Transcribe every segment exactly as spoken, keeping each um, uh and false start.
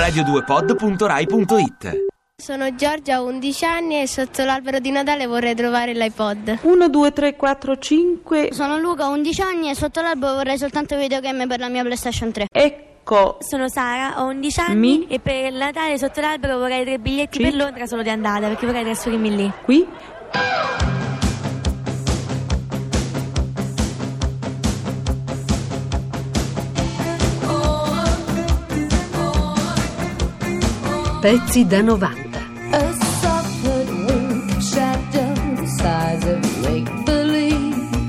radio due pod punto rai punto it. Sono Giorgia, ho undici anni e sotto l'albero di Natale vorrei trovare l'iPod. uno, due, tre, quattro, cinque. Sono Luca, ho undici anni e sotto l'albero vorrei soltanto videogame per la mia PlayStation tre. Ecco. Sono Sara, ho undici anni Mi? e per il Natale sotto l'albero vorrei tre biglietti Ci? per Londra solo di andata, perché vorrei trasferirmi lì. Qui. Pezzi da novanta. A soft wing shadow the size of make-believe.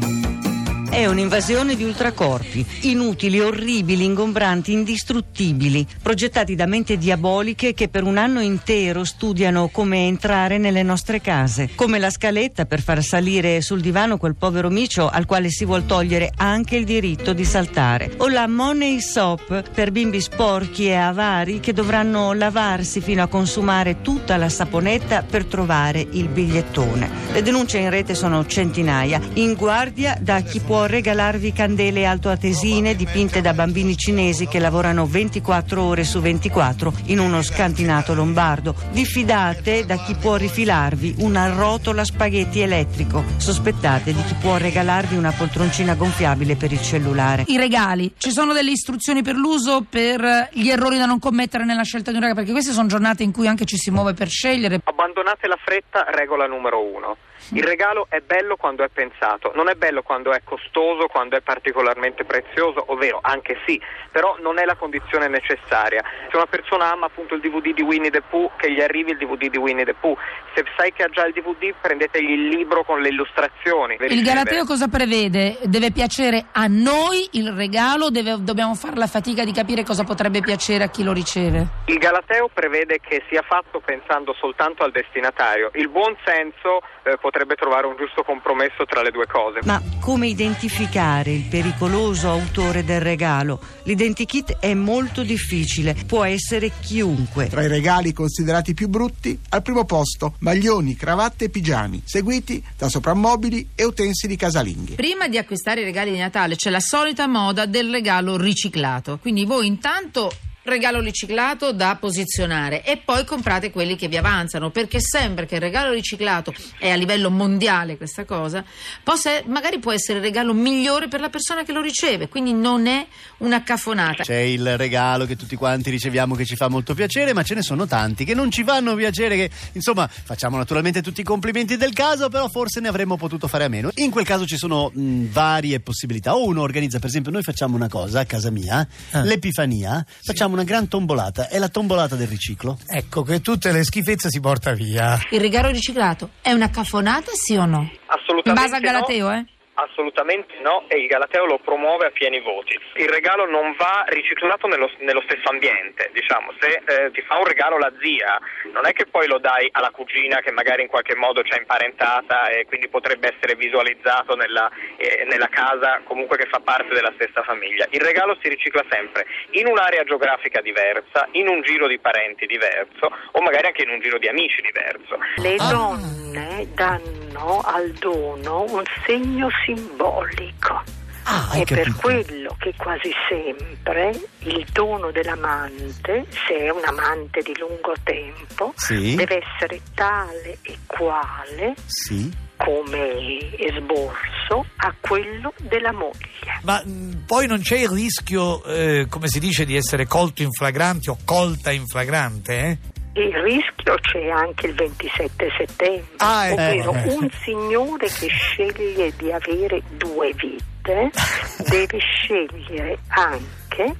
È un'invasione di ultracorpi, inutili, orribili, ingombranti, indistruttibili, progettati da menti diaboliche che per un anno intero studiano come entrare nelle nostre case, come la scaletta per far salire sul divano quel povero micio al quale si vuol togliere anche il diritto di saltare, o la money soap per bimbi sporchi e avari che dovranno lavarsi fino a consumare tutta la saponetta per trovare il bigliettone. Le denunce in rete sono centinaia, in guardia da chi può regalarvi candele altoatesine dipinte da bambini cinesi che lavorano ventiquattro ore su ventiquattro in uno scantinato lombardo. Diffidate da chi può rifilarvi una rotola spaghetti elettrico. Sospettate di chi può regalarvi una poltroncina gonfiabile per il cellulare. I regali, ci sono delle istruzioni per l'uso, per gli errori da non commettere nella scelta di un regalo, perché queste sono giornate in cui anche ci si muove per scegliere. Abbandonate la fretta, regola numero uno. Il regalo è bello quando è pensato, non è bello quando è costoso, quando è particolarmente prezioso, ovvero anche sì, però non è la condizione necessaria. Se una persona ama appunto il D V D di Winnie the Pooh, che gli arrivi il D V D di Winnie the Pooh. Se sai che ha già il D V D, prendetegli il libro con le illustrazioni. Il Galateo cosa prevede? Deve piacere a noi il regalo, deve, dobbiamo fare la fatica di capire cosa potrebbe piacere a chi lo riceve? Il Galateo prevede che sia fatto pensando soltanto al destinatario. Il buon senso eh, potrebbe trovare un giusto compromesso tra le due cose. Ma come identificare il pericoloso autore del regalo? L'identikit è molto difficile, può essere chiunque. Tra i regali considerati più brutti, al primo posto maglioni, cravatte e pigiami, seguiti da soprammobili e utensili casalinghi. Prima di acquistare i regali di Natale c'è la solita moda del regalo riciclato, quindi voi intanto regalo riciclato da posizionare e poi comprate quelli che vi avanzano, perché sembra che il regalo riciclato è a livello mondiale questa cosa, possa, magari può essere il regalo migliore per la persona che lo riceve, quindi non è una caffonata. C'è il regalo che tutti quanti riceviamo che ci fa molto piacere, ma ce ne sono tanti che non ci fanno piacere, che insomma facciamo naturalmente tutti i complimenti del caso, però forse ne avremmo potuto fare a meno. In quel caso ci sono mh, varie possibilità. O uno organizza, per esempio noi facciamo una cosa a casa mia, ah. l'Epifania, sì. Facciamo una gran tombolata, è la tombolata del riciclo. Ecco che tutte le schifezze si porta via. Il regalo riciclato è una caffonata, sì o no? Assolutamente. In base al Galateo, no. eh? Assolutamente no, e il Galateo lo promuove a pieni voti. Il regalo non va riciclato nello, nello stesso ambiente, diciamo. Se eh, ti fa un regalo la zia, non è che poi lo dai alla cugina che magari in qualche modo c'è imparentata e quindi potrebbe essere visualizzato nella, eh, nella casa comunque che fa parte della stessa famiglia. Il regalo si ricicla sempre in un'area geografica diversa, in un giro di parenti diverso o magari anche in un giro di amici diverso. Le donne danno al dono un segno simbolico. Ah, è per quello che quasi sempre il dono dell'amante, se è un amante di lungo tempo, sì. deve essere tale e quale sì. come esborso a quello della moglie. Ma mh, poi non c'è il rischio, eh, come si dice, di essere colto in flagrante o colta in flagrante, eh? Il rischio c'è anche il ventisette settembre, ah, ovvero eh. un signore che sceglie di avere due vite deve scegliere anche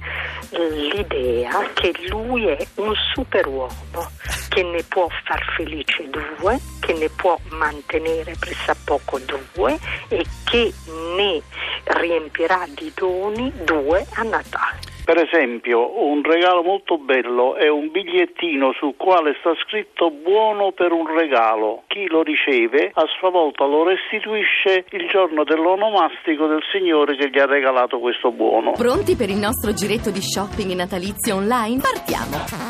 l'idea che lui è un superuomo, che ne può far felice due, che ne può mantenere pressappoco due e che ne riempirà di doni due a Natale. Per esempio, un regalo molto bello è un bigliettino sul quale sta scritto buono per un regalo. Chi lo riceve a sua volta lo restituisce il giorno dell'onomastico del signore che gli ha regalato questo buono. Pronti per il nostro giretto di shopping natalizio online? Partiamo!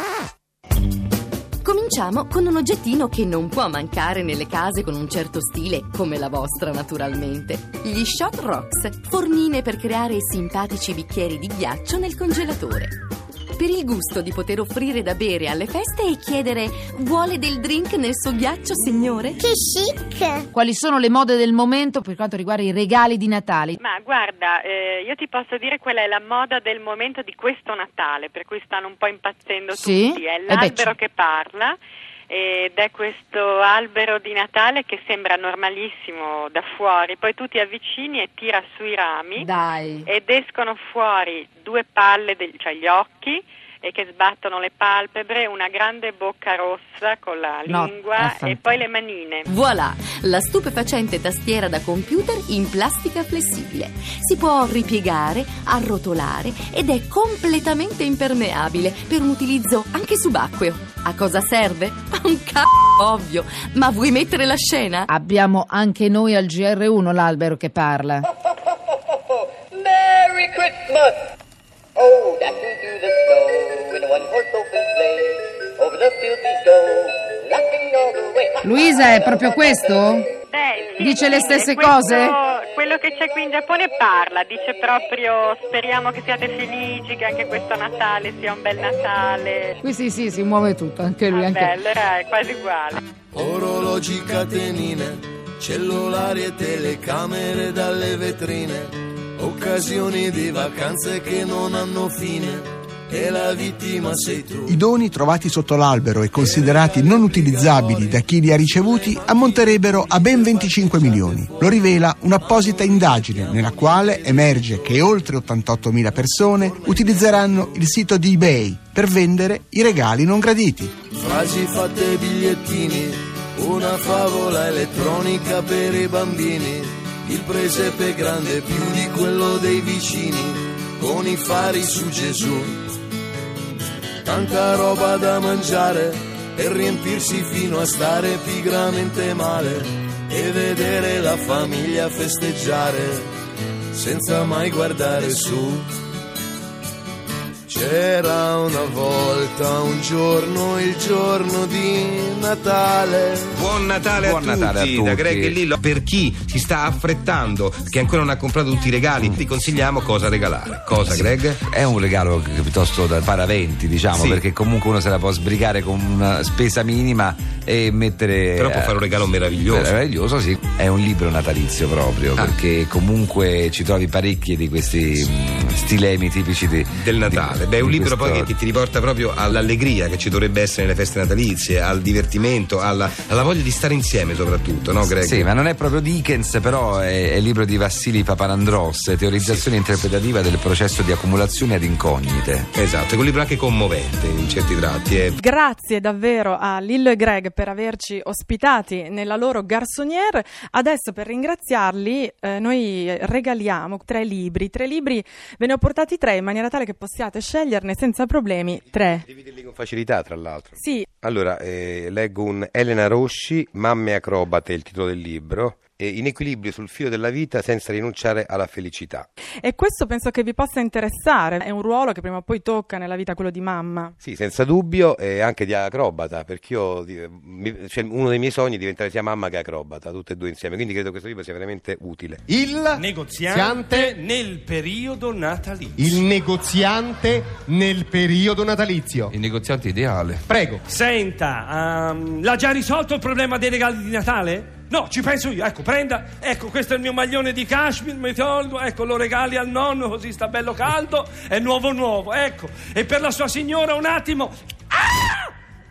Cominciamo con un oggettino che non può mancare nelle case con un certo stile, come la vostra naturalmente. Gli Shot Rocks, fornine per creare simpatici bicchieri di ghiaccio nel congelatore. per il gusto di poter offrire da bere alle feste e chiedere: vuole del drink nel suo ghiaccio, signore? Che chic! Quali sono le mode del momento per quanto riguarda i regali di Natale? Ma guarda, eh, io ti posso dire qual è la moda del momento di questo Natale, per cui stanno un po' impazzendo Sì? tutti. È Eh beh, l'albero c- che parla. Ed è questo albero di Natale che sembra normalissimo da fuori, poi tu ti avvicini e tira sui rami. Dai. Ed escono fuori due palle, del, cioè gli occhi, e che sbattono le palpebre, una grande bocca rossa con la No, lingua è e poi le manine. Voilà, la stupefacente tastiera da computer in plastica flessibile. Si può ripiegare, arrotolare ed è completamente impermeabile per un utilizzo anche subacqueo. A cosa serve? A un c***o ovvio, ma vuoi mettere la scena? Abbiamo anche noi al G R uno l'albero che parla. Merry Christmas! Oh, that we do the snow in a one-horse open sleigh. Over the fields we go, laughing all the way. Luisa, è proprio questo? Beh, sì, Dice le sì, stesse e questo- cose? Quello che c'è qui in Giappone parla, dice proprio: speriamo che siate felici, che anche questo Natale sia un bel Natale. Qui sì, sì, si muove tutto, anche lui. Vabbè, Anche... allora è quasi uguale. Orologi, catenine, cellulari e telecamere dalle vetrine, occasioni di vacanze che non hanno fine, e la vittima sei tu. I doni trovati sotto l'albero e considerati non utilizzabili da chi li ha ricevuti ammonterebbero a ben venticinque milioni. Lo rivela un'apposita indagine nella quale emerge che oltre ottantottomila persone utilizzeranno il sito di eBay per vendere i regali non graditi. Frasi fatte bigliettini, una favola elettronica per i bambini, il presepe grande più di quello dei vicini, con i fari su Gesù, tanta roba da mangiare per riempirsi fino a stare pigramente male e vedere la famiglia festeggiare senza mai guardare su. C'era una volta un giorno, il giorno di Natale. Buon Natale, Buon a, Natale tutti, a tutti. da Greg e Lillo. Per chi si sta affrettando, che ancora non ha comprato tutti i regali, ti consigliamo cosa regalare. Cosa, Sì. Greg? È un regalo che- piuttosto da paraventi, diciamo, Sì. perché comunque uno se la può sbrigare con una spesa minima e mettere. Però può fare un regalo meraviglioso. Meraviglioso, sì. È un libro natalizio proprio, Ah. perché comunque ci trovi parecchi di questi mh, stilemi tipici di, del Natale. Beh, è un di libro questo- poi che ti, ti riporta proprio all'allegria che ci dovrebbe essere nelle feste natalizie, al divertimento, alla, alla voglia di stare insieme soprattutto, no Greg? Sì, ma non è proprio Dickens, però è, è il libro di Vassili Papanandros, teorizzazione interpretativa del processo di accumulazione ad incognite. Esatto, è un libro anche commovente in certi tratti. È... Grazie davvero a Lillo e Greg per averci ospitati nella loro garçonnière. Adesso, per ringraziarli, eh, noi regaliamo tre libri. Tre libri, ve ne ho portati tre in maniera tale che possiate sceglierne senza problemi tre. Dividerli con facilità, tra l'altro. Sì. Allora, eh, leggo un Elena Rosci, Mamme acrobate, è il titolo del libro. E in equilibrio sul filo della vita senza rinunciare alla felicità. E questo penso che vi possa interessare. È un ruolo che prima o poi tocca nella vita, quello di mamma. Sì, senza dubbio, e anche di acrobata, perché io, di- mi- cioè, uno dei miei sogni è diventare sia mamma che acrobata, tutte e due insieme, quindi credo che questo libro sia veramente utile. Il negoziante nel periodo natalizio. Il negoziante nel periodo natalizio. Il negoziante ideale. Prego. Senta, um, l'ha già risolto il problema dei regali di Natale? No, ci penso io. Ecco, prenda. Ecco, questo è il mio maglione di cashmere, mi tolgo. Ecco, lo regali al nonno così sta bello caldo. È nuovo nuovo, ecco. E per la sua signora un attimo. Ah!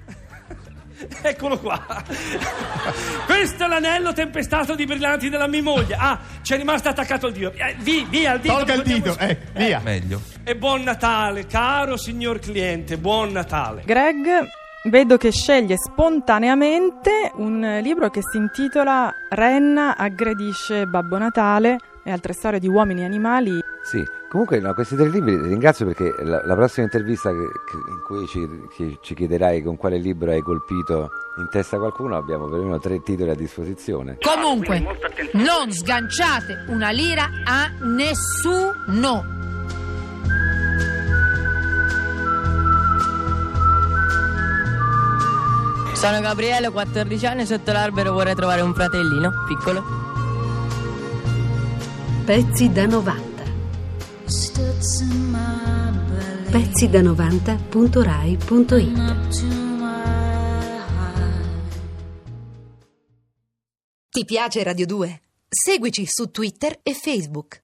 Eccolo qua. Questo è l'anello tempestato di brillanti della mia moglie. Ah, c'è rimasto attaccato il dito. Eh, via, via il dito. Tolga il dito, Potremmo- ecco, via. Meglio. E buon Natale, caro signor cliente, buon Natale. Greg, vedo che sceglie spontaneamente un libro che si intitola Renna aggredisce Babbo Natale e altre storie di uomini e animali. Sì, comunque no, questi tre libri ti ringrazio perché la, la prossima intervista che, che- in cui ci, che ci chiederai con quale libro hai colpito in testa qualcuno, abbiamo perlomeno tre titoli a disposizione. Comunque, non sganciate una lira a nessuno. Sono Gabriele, ho quattordici anni, sotto l'albero vorrei trovare un fratellino piccolo. Pezzi da novanta. Studs in my belly. pezzi da novanta punto rai punto it. Ti piace Radio due? Seguici su Twitter e Facebook.